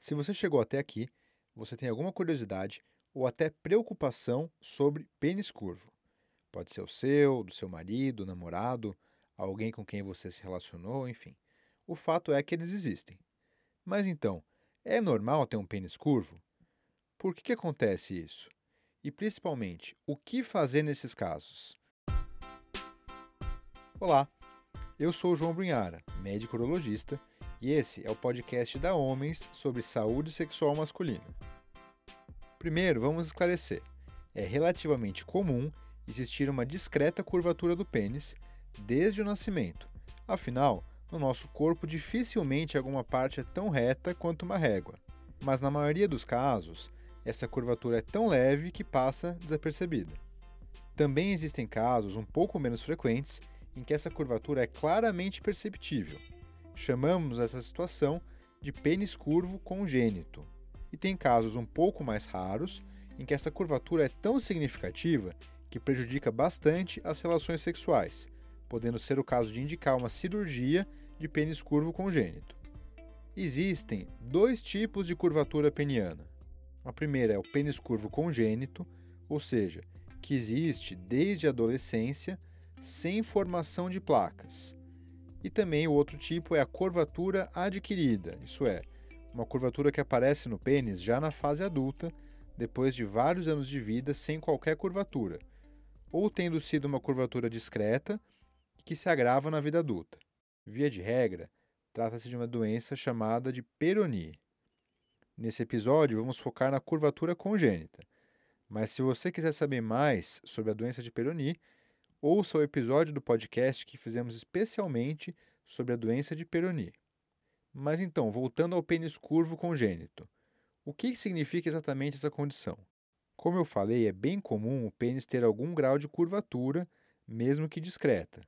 Se você chegou até aqui, você tem alguma curiosidade ou até preocupação sobre pênis curvo. Pode ser o seu, do seu marido, namorado, alguém com quem você se relacionou, enfim. O fato é que eles existem. Mas então, é normal ter um pênis curvo? Por que acontece isso? E principalmente, o que fazer nesses casos? Olá, eu sou o João Brunhara, médico urologista, e esse é o podcast da Homens sobre saúde sexual masculina. Primeiro, vamos esclarecer. É relativamente comum existir uma discreta curvatura do pênis desde o nascimento. Afinal, no nosso corpo dificilmente alguma parte é tão reta quanto uma régua. Mas na maioria dos casos, essa curvatura é tão leve que passa desapercebida. Também existem casos um pouco menos frequentes em que essa curvatura é claramente perceptível. Chamamos essa situação de pênis curvo congênito. E tem casos um pouco mais raros em que essa curvatura é tão significativa que prejudica bastante as relações sexuais, podendo ser o caso de indicar uma cirurgia de pênis curvo congênito. Existem dois tipos de curvatura peniana. A primeira é o pênis curvo congênito, ou seja, que existe desde a adolescência sem formação de placas. E também o outro tipo é a curvatura adquirida, isso é, uma curvatura que aparece no pênis já na fase adulta, depois de vários anos de vida sem qualquer curvatura, ou tendo sido uma curvatura discreta que se agrava na vida adulta. Via de regra, trata-se de uma doença chamada de Peyronie. Nesse episódio, vamos focar na curvatura congênita, mas se você quiser saber mais sobre a doença de Peyronie, ouça o episódio do podcast que fizemos especialmente sobre a doença de Peyronie. Mas então, voltando ao pênis curvo congênito, o que significa exatamente essa condição? Como eu falei, é bem comum o pênis ter algum grau de curvatura, mesmo que discreta.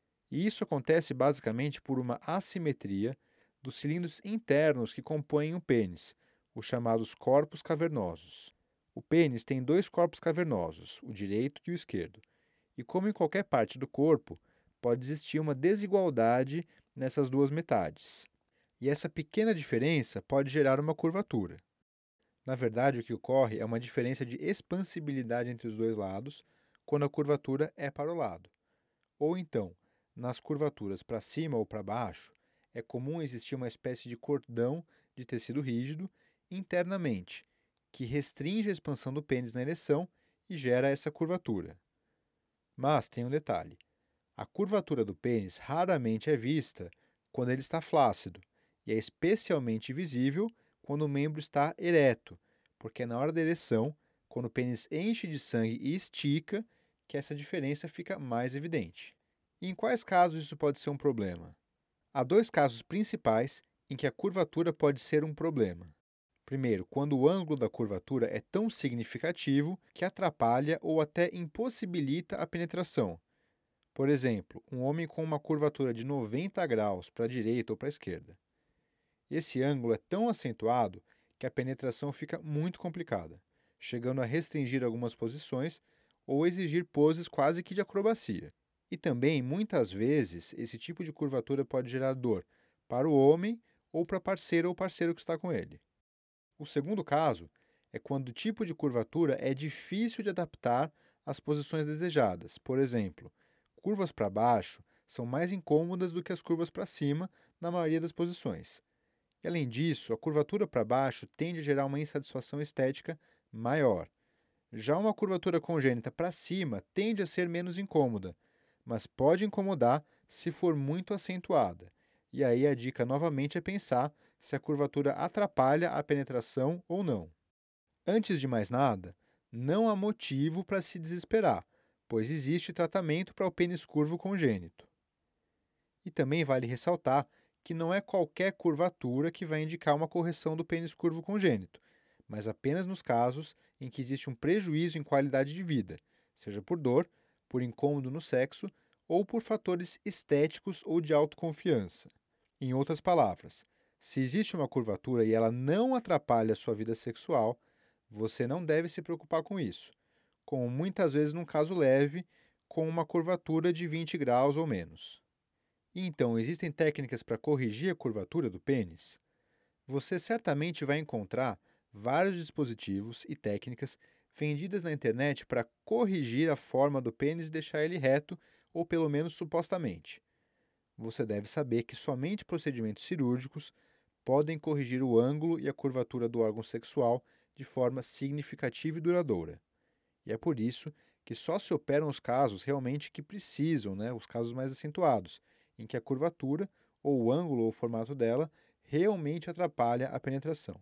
E isso acontece basicamente por uma assimetria dos cilindros internos que compõem o pênis, os chamados corpos cavernosos. O pênis tem dois corpos cavernosos, o direito e o esquerdo. E como em qualquer parte do corpo, pode existir uma desigualdade nessas duas metades. E essa pequena diferença pode gerar uma curvatura. Na verdade, o que ocorre é uma diferença de expansibilidade entre os dois lados quando a curvatura é para o lado. Ou então, nas curvaturas para cima ou para baixo, é comum existir uma espécie de cordão de tecido rígido internamente, que restringe a expansão do pênis na ereção e gera essa curvatura. Mas tem um detalhe: a curvatura do pênis raramente é vista quando ele está flácido, e é especialmente visível quando o membro está ereto, porque é na hora da ereção, quando o pênis enche de sangue e estica, que essa diferença fica mais evidente. E em quais casos isso pode ser um problema? Há dois casos principais em que a curvatura pode ser um problema. Primeiro, quando o ângulo da curvatura é tão significativo que atrapalha ou até impossibilita a penetração. Por exemplo, um homem com uma curvatura de 90 graus para a direita ou para a esquerda. Esse ângulo é tão acentuado que a penetração fica muito complicada, chegando a restringir algumas posições ou exigir poses quase que de acrobacia. E também, muitas vezes, esse tipo de curvatura pode gerar dor para o homem ou para a parceira ou parceiro que está com ele. O segundo caso é quando o tipo de curvatura é difícil de adaptar às posições desejadas. Por exemplo, curvas para baixo são mais incômodas do que as curvas para cima na maioria das posições. E, além disso, a curvatura para baixo tende a gerar uma insatisfação estética maior. Já uma curvatura congênita para cima tende a ser menos incômoda, mas pode incomodar se for muito acentuada. E aí a dica novamente é pensar se a curvatura atrapalha a penetração ou não. Antes de mais nada, não há motivo para se desesperar, pois existe tratamento para o pênis curvo congênito. E também vale ressaltar que não é qualquer curvatura que vai indicar uma correção do pênis curvo congênito, mas apenas nos casos em que existe um prejuízo em qualidade de vida, seja por dor, por incômodo no sexo ou por fatores estéticos ou de autoconfiança. Em outras palavras, se existe uma curvatura e ela não atrapalha a sua vida sexual, você não deve se preocupar com isso, como muitas vezes num caso leve, com uma curvatura de 20 graus ou menos. E então, existem técnicas para corrigir a curvatura do pênis? Você certamente vai encontrar vários dispositivos e técnicas vendidas na internet para corrigir a forma do pênis e deixar ele reto, ou pelo menos supostamente. Você deve saber que somente procedimentos cirúrgicos podem corrigir o ângulo e a curvatura do órgão sexual de forma significativa e duradoura. E é por isso que só se operam os casos realmente que precisam, os casos mais acentuados, em que a curvatura, ou o ângulo ou o formato dela, realmente atrapalha a penetração.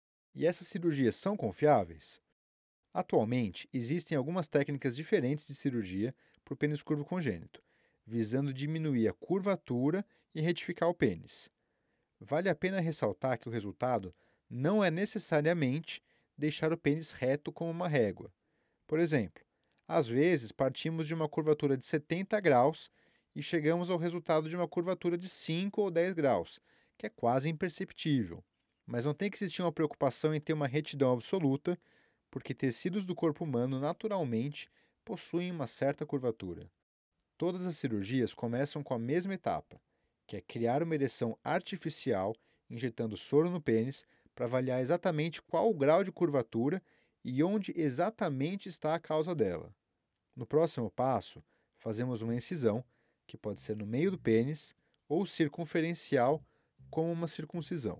E essas cirurgias são confiáveis? Atualmente, existem algumas técnicas diferentes de cirurgia para o pênis curvo congênito, visando diminuir a curvatura e retificar o pênis. Vale a pena ressaltar que o resultado não é necessariamente deixar o pênis reto como uma régua. Por exemplo, às vezes partimos de uma curvatura de 70 graus e chegamos ao resultado de uma curvatura de 5 ou 10 graus, que é quase imperceptível. Mas não tem que existir uma preocupação em ter uma retidão absoluta, porque tecidos do corpo humano naturalmente possuem uma certa curvatura. Todas as cirurgias começam com a mesma etapa, que é criar uma ereção artificial, injetando soro no pênis para avaliar exatamente qual o grau de curvatura e onde exatamente está a causa dela. No próximo passo, fazemos uma incisão, que pode ser no meio do pênis ou circunferencial, como uma circuncisão.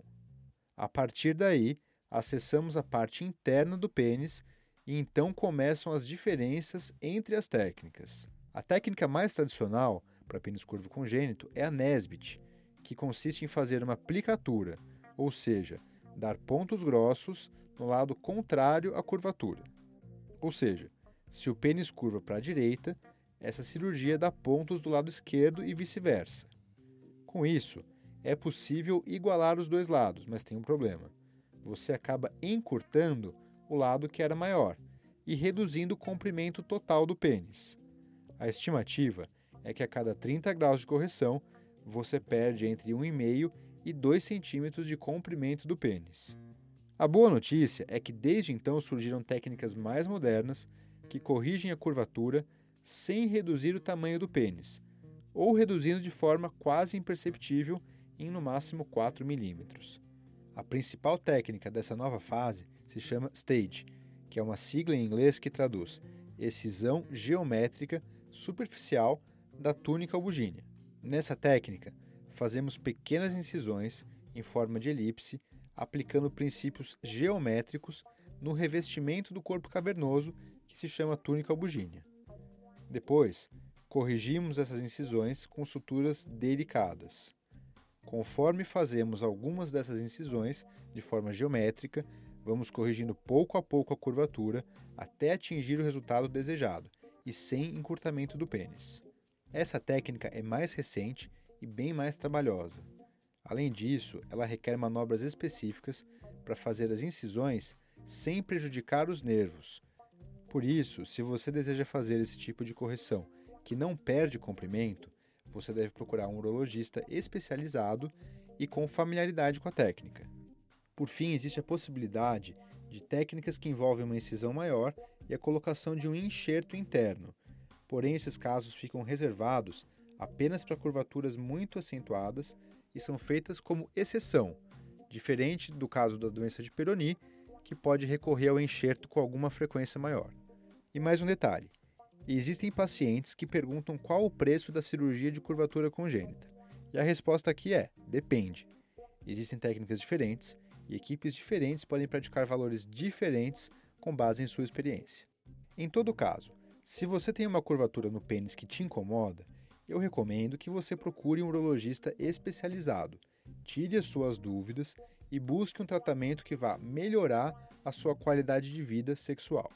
A partir daí, acessamos a parte interna do pênis e então começam as diferenças entre as técnicas. A técnica mais tradicional para pênis curvo congênito é a Nesbitt, que consiste em fazer uma plicatura, ou seja, dar pontos grossos no lado contrário à curvatura. Ou seja, se o pênis curva para a direita, essa cirurgia dá pontos do lado esquerdo e vice-versa. Com isso, é possível igualar os dois lados, mas tem um problema. Você acaba encurtando o lado que era maior e reduzindo o comprimento total do pênis. A estimativa é que a cada 30 graus de correção, você perde entre 1,5 e 2 centímetros de comprimento do pênis. A boa notícia é que desde então surgiram técnicas mais modernas que corrigem a curvatura sem reduzir o tamanho do pênis, ou reduzindo de forma quase imperceptível em no máximo 4 milímetros. A principal técnica dessa nova fase se chama stage, que é uma sigla em inglês que traduz excisão geométrica superficial da túnica albugínea. Nessa técnica, fazemos pequenas incisões em forma de elipse, aplicando princípios geométricos no revestimento do corpo cavernoso que se chama túnica albugínea. Depois, corrigimos essas incisões com suturas delicadas. Conforme fazemos algumas dessas incisões de forma geométrica, vamos corrigindo pouco a pouco a curvatura até atingir o resultado desejado e sem encurtamento do pênis. Essa técnica é mais recente e bem mais trabalhosa. Além disso, ela requer manobras específicas para fazer as incisões sem prejudicar os nervos. Por isso, se você deseja fazer esse tipo de correção que não perde comprimento, você deve procurar um urologista especializado e com familiaridade com a técnica. Por fim, existe a possibilidade de técnicas que envolvem uma incisão maior e a colocação de um enxerto interno. Porém, esses casos ficam reservados apenas para curvaturas muito acentuadas e são feitas como exceção, diferente do caso da doença de Peyronie, que pode recorrer ao enxerto com alguma frequência maior. E mais um detalhe: existem pacientes que perguntam qual o preço da cirurgia de curvatura congênita. E a resposta aqui é: depende. Existem técnicas diferentes e equipes diferentes podem praticar valores diferentes com base em sua experiência. Em todo caso, se você tem uma curvatura no pênis que te incomoda, eu recomendo que você procure um urologista especializado, tire as suas dúvidas e busque um tratamento que vá melhorar a sua qualidade de vida sexual.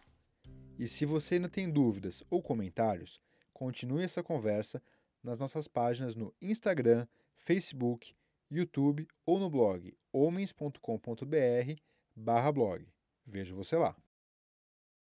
E se você ainda tem dúvidas ou comentários, continue essa conversa nas nossas páginas no Instagram, Facebook, YouTube ou no blog homens.com.br/blog. Vejo você lá!